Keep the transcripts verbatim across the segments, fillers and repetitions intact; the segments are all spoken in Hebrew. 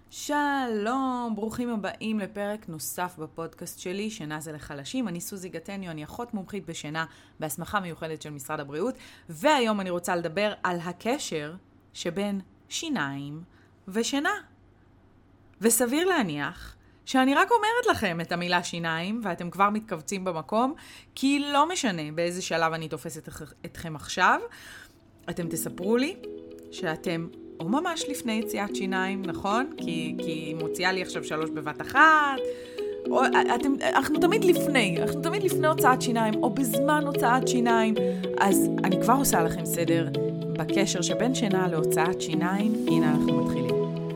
שלום, ברוכים הבאים לפרק נוסף בפודקאסט שלי, שינה זה לחלשים. אני סוזי גטניו, אני אחות מומחית בשינה בהסמכה מיוחדת של משרד הבריאות, והיום אני רוצה לדבר על הקשר שבין שיניים ושינה. וסביר להניח שאני רק אומרת לכם את המילה שיניים, ואתם כבר מתכווצים במקום, כי לא משנה באיזה שלב אני תופסת אתכם עכשיו. אתם תספרו לי שאתם או ממש לפני יציאת שיניים, נכון? כי, כי היא מוציאה לי עכשיו שלוש בבת אחת. או, אתם, אנחנו תמיד לפני, אנחנו תמיד לפני הוצאת שיניים, או בזמן הוצאת שיניים. אז אני כבר עושה לכם סדר בקשר שבין שינה להוצאת שיניים. הנה אנחנו מתחילים.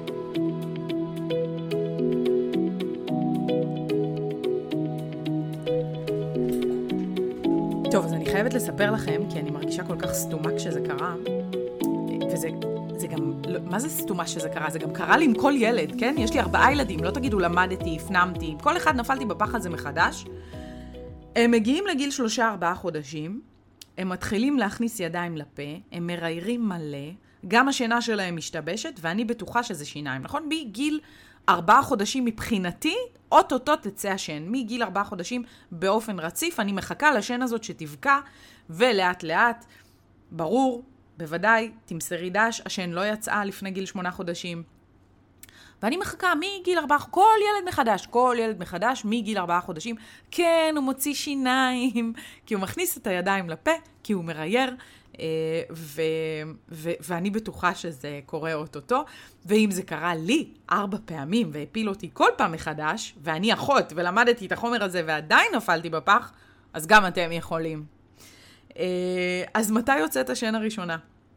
טוב, אז אני חייבת לספר לכם, כי אני מרגישה כל כך סתומה כשזה קרה, וזה... זה גם, מה זה סתומה שזה קרה? זה גם קרה לי עם כל ילד, כן? יש לי ארבעה ילדים, לא תגידו למדתי, הפנמתי, כל אחד נפלתי בפח הזה מחדש. הם מגיעים לגיל שלושה ארבעה חודשים, הם מתחילים להכניס ידיים לפה, הם מריירים מלא, גם השינה שלהם משתבשת, ואני בטוחה שזה שיניים, נכון? בגיל ארבעה חודשים מבחינתי, אוטוטו תצא השן. מגיל ארבעה חודשים באופן רציף, אני מחכה לשן הזאת שתבקע, ולאט לאט, ברור, בוודאי, תמסרי דש, השן לא יצאה לפני גיל שמונה חודשים. ואני מחכה מגיל ארבעה, כל ילד מחדש, כל ילד מחדש, מגיל ארבעה חודשים. כן, הוא מוציא שיניים, כי הוא מכניס את הידיים לפה, כי הוא מרייר, ו- ו- ואני בטוחה שזה קורה אוטוטו. ואם זה קרה לי ארבע פעמים, והפיל אותי כל פעם מחדש, ואני אחות, ולמדתי את החומר הזה, ועדיין נפלתי בפח, אז גם אתם יכולים. אז מתי יוצאת השן הראשונה?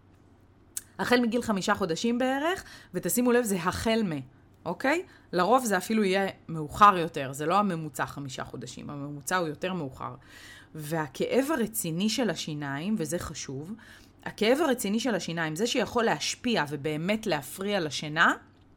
החל מגיל חמישה חודשים בערך, ותשימו לב, זה החל מ, אוקיי? לרוב זה אפילו יהיה מאוחר יותר, זה לא הממוצע חמישה חודשים, הממוצע הוא יותר מאוחר. והכאב הרציני של השיניים, וזה חשוב, הכאב הרציני של השיניים, זה שיכול להשפיע ובאמת להפריע לשינה,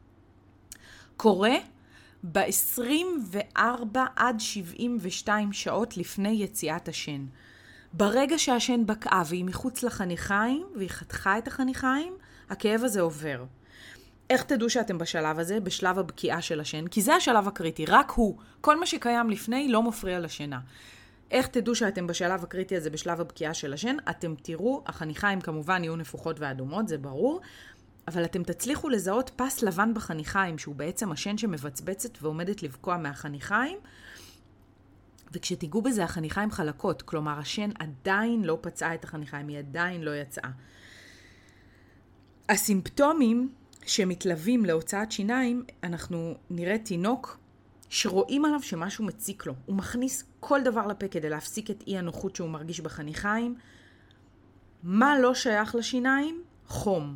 קורה ב-עשרים וארבע עד שבעים ושתיים שעות לפני יציאת השן. ברגע שהשן בקעה והיא מחוץ לחניכיים, והיא חתכה את החניכיים, הכאב הזה עובר. איך תדעו שאתם בשלב הזה, בשלב הבקיעה של השן? כי זה השלב הקריטי, רק הוא. כל מה שקיים לפני לא מפריע לשינה. איך תדעו שאתם בשלב הקריטי הזה, בשלב הבקיעה של השן? אתם תראו, החניכיים כמובן יהיו נפוחות ואדומות, זה ברור, אבל אתם תצליחו לזהות פס לבן בחניכיים, שהוא בעצם השן שמבצבצת ועומדת לבקוע מהחניכיים, וכשתיגעו בזה, החניכיים חלקות, כלומר, השן עדיין לא פצעה את החניכיים, היא עדיין לא יצאה. הסימפטומים שמתלווים להוצאת שיניים, אנחנו נראה תינוק שרואים עליו שמשהו מציק לו. הוא מכניס כל דבר לפה כדי להפסיק את אי הנוחות שהוא מרגיש בחניכיים. מה לא שייך לשיניים? חום.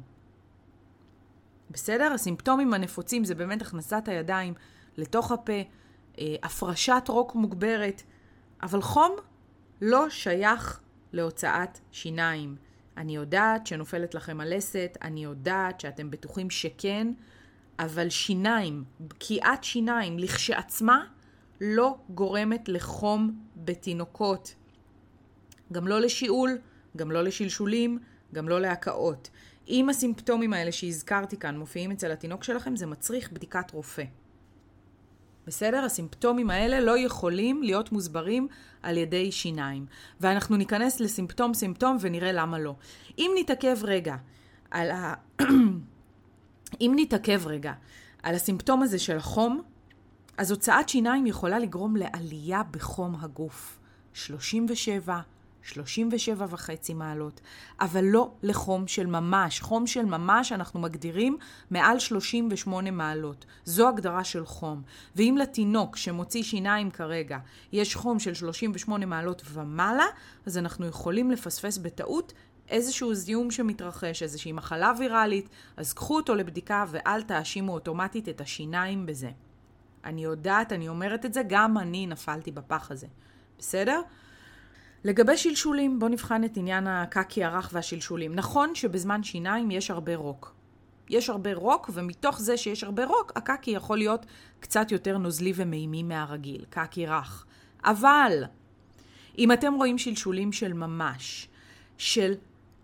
בסדר? הסימפטומים הנפוצים זה באמת הכנסת הידיים לתוך הפה, הפרשת רוק מוגברת, אבל חום לא שייך להוצאת שיניים. אני יודעת שנופלת לכם הלסת, אני יודעת שאתם בטוחים שכן, אבל שיניים, בקיעת שיניים לכשעצמה, לא גורמת לחום בתינוקות. גם לא לשיעול, גם לא לשלשולים, גם לא להקאות. אם הסימפטומים האלה שהזכרתי כאן מופיעים אצל התינוק שלכם, זה מצריך בדיקת רופא. בסדר? הסימפטומים האלה לא יכולים להיות מוסברים על ידי שיניים. ואנחנו ניכנס לסימפטום סימפטום ונראה למה לא. אם נתעכב רגע על ה... אם נתעכב רגע על הסימפטום הזה של החום, אז הוצאת שיניים יכולה לגרום לעלייה בחום הגוף. שלושים ושבע, שלושים ושבע וחצי מעלות, אבל לא לחום של ממש. חום של ממש אנחנו מגדירים מעל שלושים ושמונה מעלות. זו הגדרה של חום. ואם לתינוק שמוציא שיניים כרגע יש חום של שלושים ושמונה מעלות ומעלה, אז אנחנו יכולים לפספס בטעות איזשהו זיהום שמתרחש, איזושהי מחלה ויראלית, אז קחו אותו לבדיקה ואל תאשימו אוטומטית את השיניים בזה. אני יודעת, אני אומרת את זה, גם אני נפלתי בפח הזה. בסדר? לגבי שלשולים, בוא נבחן את עניין הקקי הרך והשלשולים. נכון שבזמן שיניים יש הרבה רוק. יש הרבה רוק, ומתוך זה שיש הרבה רוק, הקקי יכול להיות קצת יותר נוזלי ומימי מהרגיל, קקי רך. אבל, אם אתם רואים שלשולים של ממש, של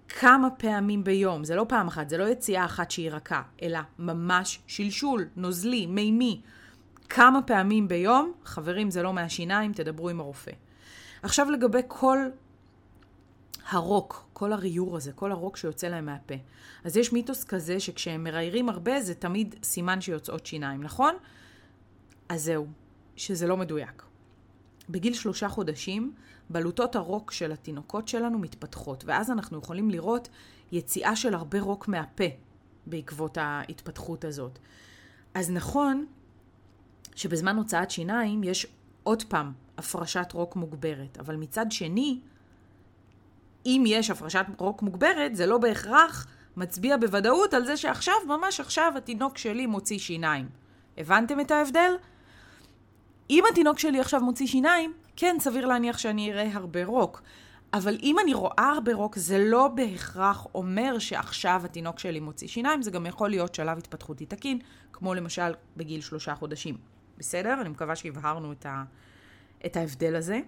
כמה פעמים ביום, זה לא פעם אחת, זה לא יציאה אחת שהיא רכה, אלא ממש שלשול, נוזלי, מימי. כמה פעמים ביום, חברים, זה לא מהשיניים, תדברו עם הרופא. עכשיו לגבי כל הרוק, כל הריור הזה, כל הרוק שיוצא להם מהפה. אז יש מיתוס כזה שכשהם מריירים הרבה, זה תמיד סימן שיוצאות שיניים, נכון? אז זהו, שזה לא מדויק. בגיל שלושה חודשים, בלוטות הרוק של התינוקות שלנו מתפתחות, ואז אנחנו יכולים לראות יציאה של הרבה רוק מהפה בעקבות ההתפתחות הזאת. אז נכון שבזמן הוצאת שיניים יש עוד פעם הפרשת רוק מוגברת, אבל מצד שני, אם יש הפרשת רוק מוגברת, זה לא בהכרח מצביע בוודאות על זה שעכשיו, ממש עכשיו, התינוק שלי מוציא שיניים. הבנתם את ההבדל? אם התינוק שלי עכשיו מוציא שיניים, כן, סביר להניח שאני אראה הרבה רוק. אבל אם אני רואה הרבה רוק, זה לא בהכרח אומר שעכשיו התינוק שלי מוציא שיניים, זה גם יכול להיות שלב התפתחותי תקין, כמו למשל בגיל שלושה חודשים. בסדר? אני מקווה שהבהרנו את, ה... את ההבדל הזה.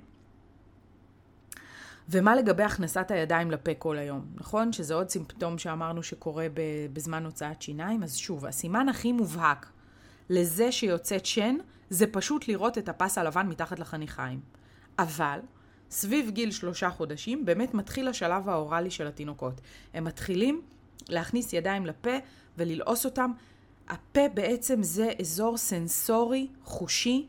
ומה לגבי הכנסת הידיים לפה כל היום? נכון? שזה עוד סימפטום שאמרנו שקורה בזמן הוצאת שיניים. אז שוב, הסימן הכי מובהק לזה שיוצאת שן, זה פשוט לראות את הפס הלבן מתחת לחניכיים. אבל סביב גיל שלושה חודשים באמת מתחיל השלב האורלי של התינוקות. הם מתחילים להכניס ידיים לפה וללעוס אותם. הפה בעצם זה אזור סנסורי, חושי,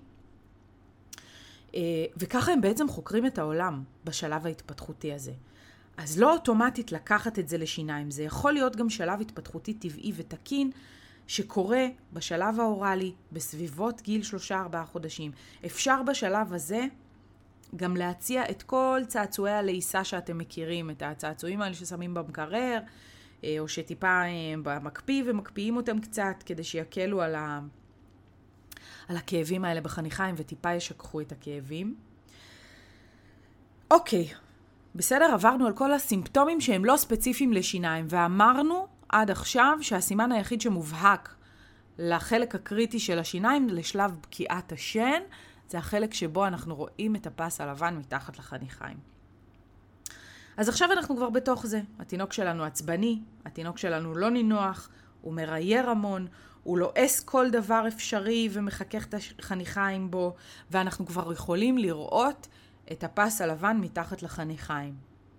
וככה הם בעצם חוקרים את העולם בשלב ההתפתחותי הזה. אז לא אוטומטית לקחת את זה לשיניים, זה יכול להיות גם שלב התפתחותי טבעי ותקין, שקורה בשלב האורלי בסביבות גיל שלושה ארבעה חודשים. אפשר בשלב הזה גם להציע את כל צעצועי הלעיסה שאתם מכירים, את הצעצועים האלה ששמים במקרר, או שטיפה במקפיא ומקפיאים אותם קצת כדי שיקלו על ה... על הכאבים האלה בחניכיים וטיפה ישכחו את הכאבים. אוקיי, בסדר, עברנו על כל הסימפטומים שהם לא ספציפיים לשיניים, ואמרנו עד עכשיו שהסימן היחיד שמובהק לחלק הקריטי של השיניים, לשלב בקיעת השן, זה החלק שבו אנחנו רואים את הפס הלבן מתחת לחניכיים. אז עכשיו אנחנו כבר בתוך זה. התינוק שלנו עצבני, התינוק שלנו לא נינוח, הוא מרייר המון, הוא לועס כל דבר אפשרי ומחכך את החניכיים בו, ואנחנו כבר יכולים לראות את הפס הלבן מתחת לחניכיים.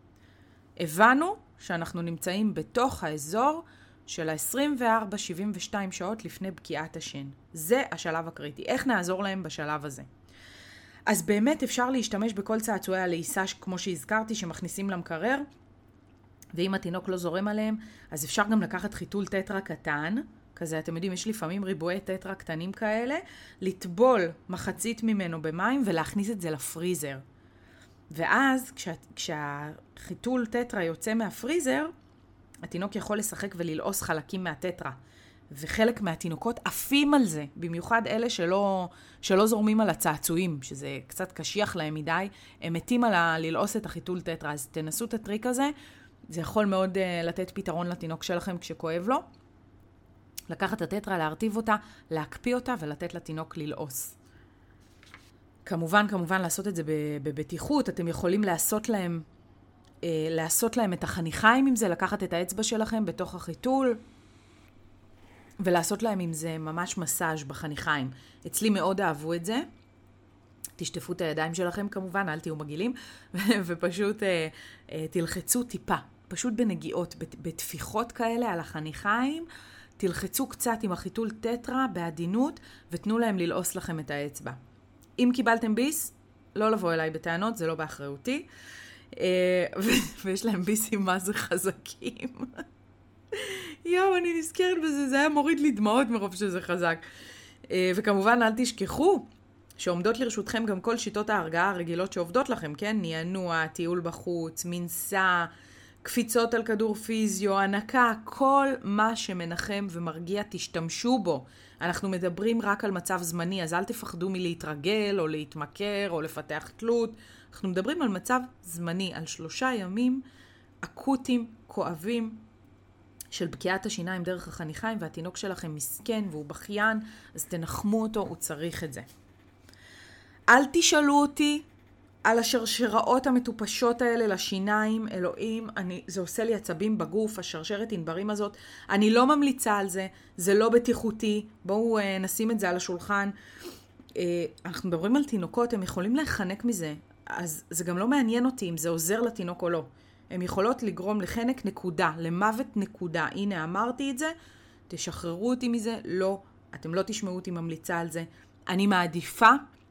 הבנו שאנחנו נמצאים בתוך האזור של ה-עשרים וארבע שבעים ושתיים שעות לפני בקיעת השן. זה השלב הקריטי. איך נעזור להם בשלב הזה? אז באמת אפשר להשתמש בכל צעצועי הלעיסה, כמו שהזכרתי, שמכניסים למקרר, ואם התינוק לא זורם עליהם, אז אפשר גם לקחת חיתול טטרה קטן, כזה, אתם יודעים, יש לפעמים ריבועי טטרה קטנים כאלה, לטבול מחצית ממנו במים ולהכניס את זה לפריזר. ואז, כשה, כשהחיתול טטרה יוצא מהפריזר, התינוק יכול לשחק וללעוס חלקים מהטטרה. וחלק מהתינוקות עפים על זה, במיוחד אלה שלא, שלא זורמים על הצעצועים, שזה קצת קשיח להם מדי, הם מתים על ה- ללעוס את החיתול טטרה. אז תנסו את הטריק הזה, זה יכול מאוד uh, לתת פתרון לתינוק שלכם כשכואב לו. לקחת את הטטרה, להרטיב אותה, להקפיא אותה ולתת לתינוק ללעוס. כמובן, כמובן לעשות את זה בבטיחות, אתם יכולים לעשות להם, אה, לעשות להם את החניכיים עם זה, לקחת את האצבע שלכם בתוך החיתול, ולעשות להם עם זה ממש מסאז' בחניכיים. אצלי מאוד אהבו את זה. תשטפו את הידיים שלכם כמובן, אל תהיו מגעילים, ופשוט אה, אה, תלחצו טיפה, פשוט בנגיעות, בתפיחות כאלה על החניכיים, תלחצו קצת עם החיתול טטרה בעדינות, ותנו להם ללעוס לכם את האצבע. אם קיבלתם ביס, לא לבוא אליי בטענות, זה לא באחריותי, ויש להם ביסים מה זה חזקים. יואו, אני נזכרת בזה, זה היה מוריד לי דמעות מרוב שזה חזק. וכמובן, אל תשכחו שעומדות לרשותכם גם כל שיטות ההרגעה הרגילות שעובדות לכם, כן? ניענוע, טיול בחוץ, מנסה, קפיצות על כדור פיזיו, הנקה, כל מה שמנחם ומרגיע, תשתמשו בו. אנחנו מדברים רק על מצב זמני, אז אל תפחדו מלהתרגל או להתמכר או לפתח תלות. אנחנו מדברים על מצב זמני, על שלושה ימים אקוטיים, כואבים, של בקיעת השיניים דרך החניכיים, והתינוק שלכם מסכן והוא בכיין, אז תנחמו אותו, הוא צריך את זה. אל תשאלו אותי על השרשראות המטופשות האלה לשיניים, אלוהים, אני, זה עושה לי עצבים בגוף, השרשרת ענברים הזאת. אני לא ממליצה על זה, זה לא בטיחותי. בואו uh, נשים את זה על השולחן. Uh, אנחנו מדברים על תינוקות, הם יכולים להיחנק מזה. אז זה גם לא מעניין אותי אם זה עוזר לתינוק או לא. הם יכולות לגרום לחנק נקודה, למוות נקודה. הנה, אמרתי את זה, תשחררו אותי מזה. לא, אתם לא תשמעו אותי ממליצה על זה. אני מעדיפה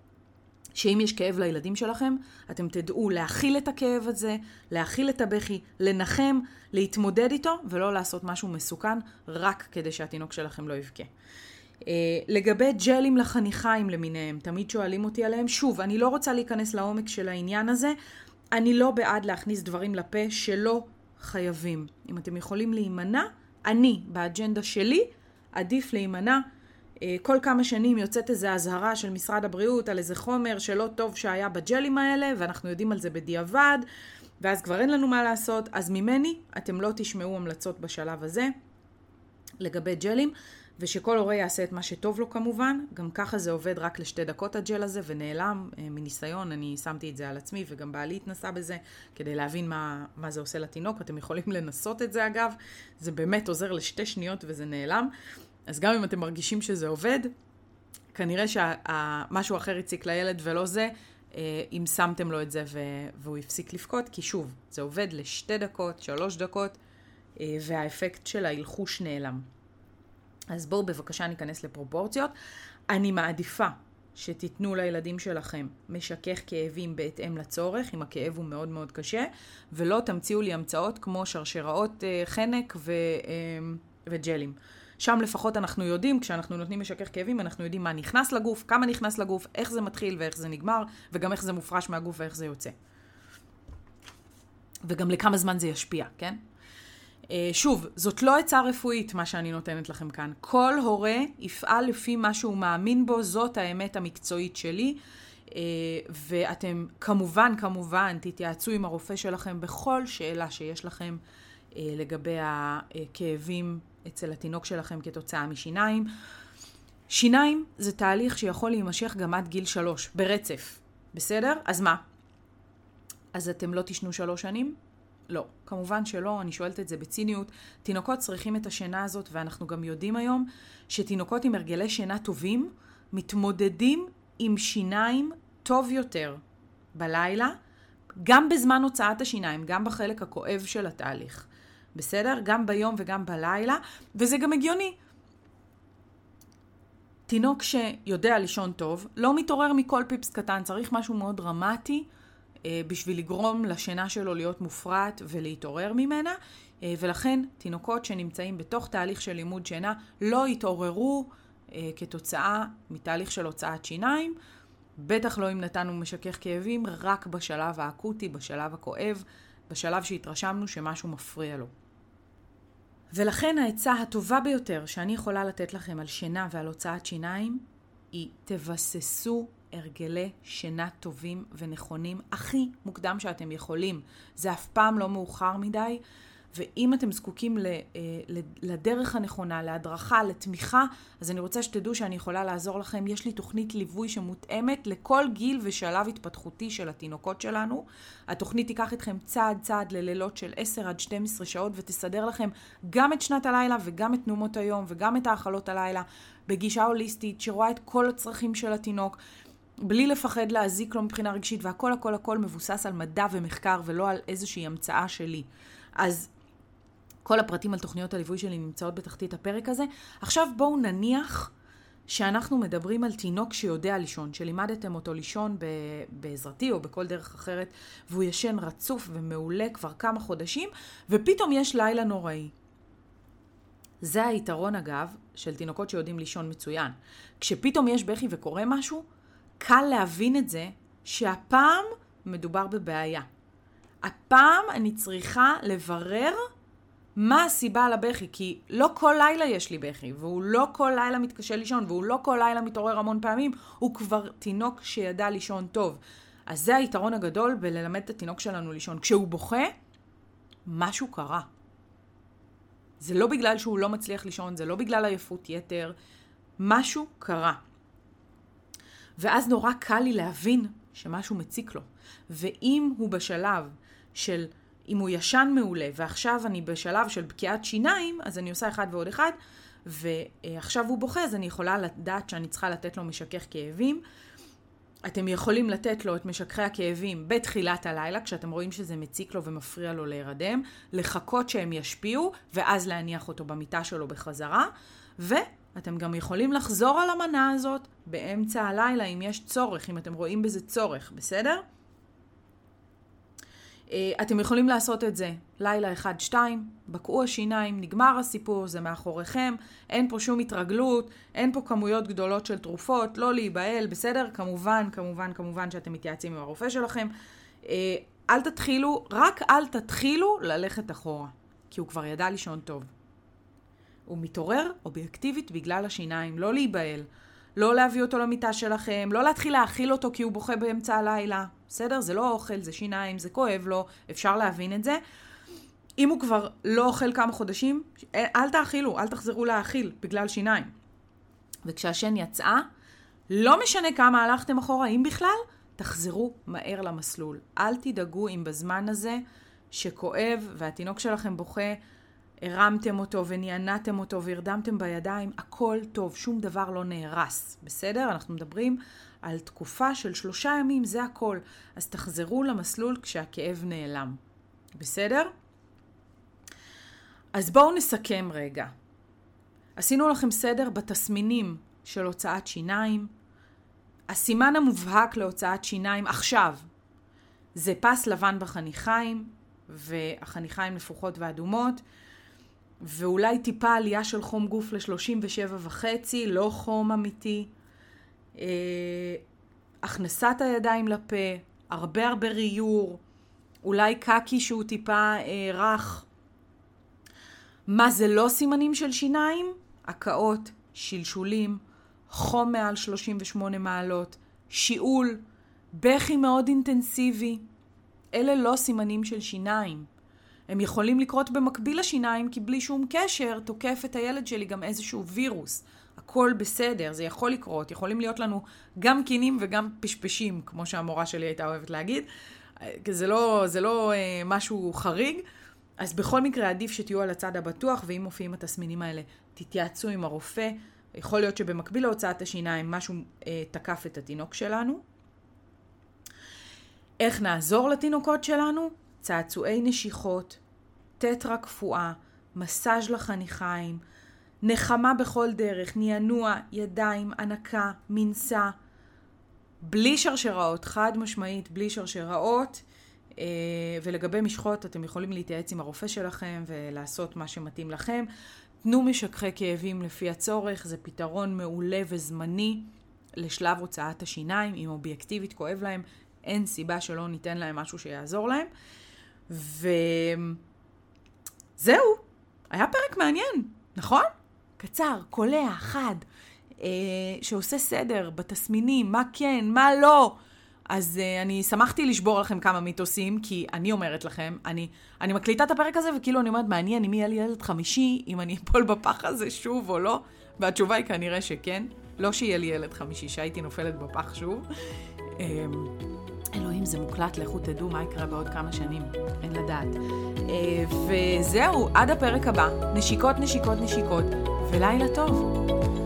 שאם יש כאב לילדים שלכם, אתם תדעו להכיל את הכאב הזה, להכיל את הבכי, לנחם, להתמודד איתו, ולא לעשות משהו מסוכן, רק כדי שהתינוק שלכם לא יבכה. Uh, לגבי ג'לים לחניכיים למיניהם, תמיד שואלים אותי עליהם. שוב, אני לא רוצה להיכנס לעומק של העניין הזה, אני לא בעד להכניס דברים לפה שלא חייבים. אם אתם יכולים להימנע, אני, באג'נדה שלי, עדיף להימנע. כל כמה שנים יוצאת איזו הזהרה של משרד הבריאות על איזה חומר שלא טוב שהיה בג'לים האלה, ואנחנו יודעים על זה בדיעבד, ואז כבר אין לנו מה לעשות. אז ממני אתם לא תשמעו המלצות בשלב הזה לגבי ג'לים, ושכל הורה יעשה את מה שטוב לו כמובן. גם ככה זה עובד רק לשתי דקות הג'ל הזה, ונעלם מניסיון. אני שמתי את זה על עצמי, וגם בעלי התנסה בזה, כדי להבין מה, מה זה עושה לתינוק. אתם יכולים לנסות את זה אגב, זה באמת עוזר לשתי שניות וזה נעלם. אז גם אם אתם מרגישים שזה עובד, כנראה שמשהו אחר יציק לילד ולא זה, אם שמתם לו את זה והוא יפסיק לפקוד, כי שוב, זה עובד לשתי דקות, שלוש דקות, והאפקט של ההלחוש נעלם. אז בואו בבקשה ניכנס לפרופורציות. אני מעדיפה שתיתנו לילדים שלכם משכך כאבים בהתאם לצורך, אם הכאב הוא מאוד מאוד קשה, ולא תמציאו לי המצאות כמו שרשראות חנק ו... וג'לים. שם לפחות אנחנו יודעים, כשאנחנו נותנים משכך כאבים, אנחנו יודעים מה נכנס לגוף, כמה נכנס לגוף, איך זה מתחיל ואיך זה נגמר, וגם איך זה מופרש מהגוף ואיך זה יוצא. וגם לכמה זמן זה ישפיע, כן? שוב, זאת לא עצה רפואית מה שאני נותנת לכם כאן. כל הורה יפעל לפי מה שהוא מאמין בו, זאת האמת המקצועית שלי, ואתם כמובן, כמובן, תתייעצו עם הרופא שלכם בכל שאלה שיש לכם לגבי הכאבים אצל התינוק שלכם כתוצאה משיניים. שיניים זה תהליך שיכול להימשך גם עד גיל שלוש, ברצף. בסדר? אז מה? אז אתם לא תשנו שלוש שנים? לא. כמובן שלא, אני שואלת את זה בציניות. תינוקות צריכים את השינה הזאת, ואנחנו גם יודעים היום שתינוקות עם הרגלי שינה טובים מתמודדים עם שיניים טוב יותר בלילה, גם בזמן הוצאת השיניים, גם בחלק הכואב של התהליך. בסדר? גם ביום וגם בלילה, וזה גם הגיוני. תינוק שיודע לישון טוב, לא מתעורר מכל פיפס קטן, צריך משהו מאוד דרמטי, אה, בשביל לגרום לשינה שלו להיות מופרעת ולהתעורר ממנה, אה, ולכן תינוקות שנמצאים בתוך תהליך של לימוד שינה, לא יתעוררו אה, כתוצאה מתהליך של הוצאת שיניים, בטח לא אם נתנו משכך כאבים, רק בשלב האקוטי, בשלב הכואב, בשלב שהתרשמנו שמשהו מפריע לו. ולכן העצה הטובה ביותר שאני יכולה לתת לכם על שינה ועל הוצאת שיניים, היא תבססו הרגלי שינה טובים ונכונים הכי מוקדם שאתם יכולים. זה אף פעם לא מאוחר מדי, ואם אתם זקוקים לדרך הנכונה, להדרכה, לתמיכה, אז אני רוצה שתדעו שאני יכולה לעזור לכם. יש לי תוכנית ליווי שמותאמת לכל גיל ושלב התפתחותי של התינוקות שלנו. התוכנית תיקח אתכם צעד צעד ללילות של עשר עד שתים עשרה שעות, ותסדר לכם גם את שנת הלילה וגם את נומות היום וגם את האכלות הלילה, בגישה הוליסטית שרואה את כל הצרכים של התינוק, בלי לפחד להזיק לו מבחינה רגשית, והכל הכל הכל מבוסס על מדע ומחקר ולא על איזושהי המצאה שלי. אז כל הפרטים על תוכניות הליווי שלי נמצאות בתחתית הפרק הזה. עכשיו בואו נניח שאנחנו מדברים על תינוק שיודע לישון, שלימדתם אותו לישון בעזרתי או בכל דרך אחרת, והוא ישן רצוף ומעולה כבר כמה חודשים, ופתאום יש לילה נוראי. זה היתרון אגב של תינוקות שיודעים לישון מצוין. כשפתאום יש בכי וקורה משהו, קל להבין את זה שהפעם מדובר בבעיה. הפעם אני צריכה לברר מה הסיבה על הבכי, כי לא כל לילה יש לי בכי, והוא לא כל לילה מתקשה לישון, והוא לא כל לילה מתעורר המון פעמים, הוא כבר תינוק שידע לישון טוב. אז זה היתרון הגדול בללמד את התינוק שלנו לישון. כשהוא בוכה, משהו קרה. זה לא בגלל שהוא לא מצליח לישון, זה לא בגלל עייפות יתר, משהו קרה. ואז נורא קל לי להבין שמשהו מציק לו. ואם הוא בשלב של, אם הוא ישן מעולה, ועכשיו אני בשלב של בקיעת שיניים, אז אני עושה אחד ועוד אחד, ועכשיו הוא בוכה, אז אני יכולה לדעת שאני צריכה לתת לו משכך כאבים. אתם יכולים לתת לו את משככי הכאבים בתחילת הלילה, כשאתם רואים שזה מציק לו ומפריע לו להירדם, לחכות שהם ישפיעו, ואז להניח אותו במיטה שלו בחזרה, ואתם גם יכולים לחזור על המנה הזאת באמצע הלילה, אם יש צורך, אם אתם רואים בזה צורך, בסדר? אתם יכולים לעשות את זה לילה אחד שתיים, בקעו השיניים, נגמר הסיפור, זה מאחוריכם, אין פה שום התרגלות, אין פה כמויות גדולות של תרופות, לא להיבהל, בסדר? כמובן, כמובן, כמובן שאתם מתייעצים עם הרופא שלכם. אל תתחילו, רק אל תתחילו ללכת אחורה, כי הוא כבר ידע לישון טוב. הוא מתעורר אובייקטיבית בגלל השיניים, לא להיבהל, לא להביא אותו למיטה שלכם, לא להתחיל להאכיל אותו כי הוא בוכה באמצע הלילה. בסדר? זה לא אוכל, זה שיניים, זה כואב לו, אפשר להבין את זה. אם הוא כבר לא אוכל כמה חודשים, אל תאכילו, אל תחזרו להאכיל בגלל שיניים. וכשהשן יצאה, לא משנה כמה הלכתם אחורה, אם בכלל, תחזרו מהר למסלול. אל תדאגו אם בזמן הזה שכואב והתינוק שלכם בוכה, הרמתם אותו וניענתם אותו והרדמתם בידיים, הכל טוב, שום דבר לא נהרס. בסדר? אנחנו מדברים על תקופה של שלושה ימים, זה הכל. אז תחזרו למסלול כשהכאב נעלם. בסדר? אז בואו נסכם רגע. עשינו לכם סדר בתסמינים של הוצאת שיניים. הסימן המובהק להוצאת שיניים עכשיו זה פס לבן בחניכיים, והחניכיים נפוחות ואדומות, ואולי טיפה עלייה של חום גוף ל-שלושים ושבע וחצי, לא חום אמיתי. אה, הכנסת הידיים לפה, הרבה הרבה ריור, אולי קקי שהוא טיפה אה, רך. מה זה לא סימנים של שיניים? הקאות, שלשולים, חום מעל שלושים ושמונה מעלות, שיעול, בכי מאוד אינטנסיבי. אלה לא סימנים של שיניים. הם יכולים לקרות במקביל לשיניים, כי בלי שום קשר תוקף את הילד שלי גם איזשהו וירוס. הכל בסדר, זה יכול לקרות. יכולים להיות לנו גם קינים וגם פשפשים, כמו שהמורה שלי הייתה אוהבת להגיד. זה לא, זה לא אה, משהו חריג. אז בכל מקרה עדיף שתהיו על הצד הבטוח, ואם מופיעים התסמינים האלה, תתייעצו עם הרופא. יכול להיות שבמקביל להוצאת השיניים משהו אה, תקף את התינוק שלנו. איך נעזור לתינוקות שלנו? צעצועי נשיכות, טטרה קפואה, מסאז' לחניכיים, נחמה בכל דרך, ניענוע, ידיים, ענקה, מנסה, בלי שרשראות, חד משמעית, בלי שרשראות, ולגבי משחות אתם יכולים להתייעץ עם הרופא שלכם ולעשות מה שמתאים לכם. תנו משככי כאבים לפי הצורך, זה פתרון מעולה וזמני לשלב הוצאת השיניים, אם אובייקטיבית כואב להם, אין סיבה שלא ניתן להם משהו שיעזור להם. וזהו, היה פרק מעניין, נכון? קצר, קולע, חד, אה, שעושה סדר בתסמינים, מה כן, מה לא. אז אה, אני שמחתי לשבור לכם כמה מיתוסים, כי אני אומרת לכם, אני, אני מקליטה את הפרק הזה, וכאילו אני אומרת, מעניין, אם יהיה לי ילד חמישי, אם אני אפול בפח הזה שוב או לא, והתשובה היא כנראה שכן, לא שיהיה לי ילד חמישי, שהייתי נופלת בפח שוב. אה, אלוהים, זה מוקלט, לכו תדעו מה יקרה בעוד כמה שנים, אין לדעת. וזהו, עד הפרק הבא, נשיקות, נשיקות, נשיקות, ולילה טוב.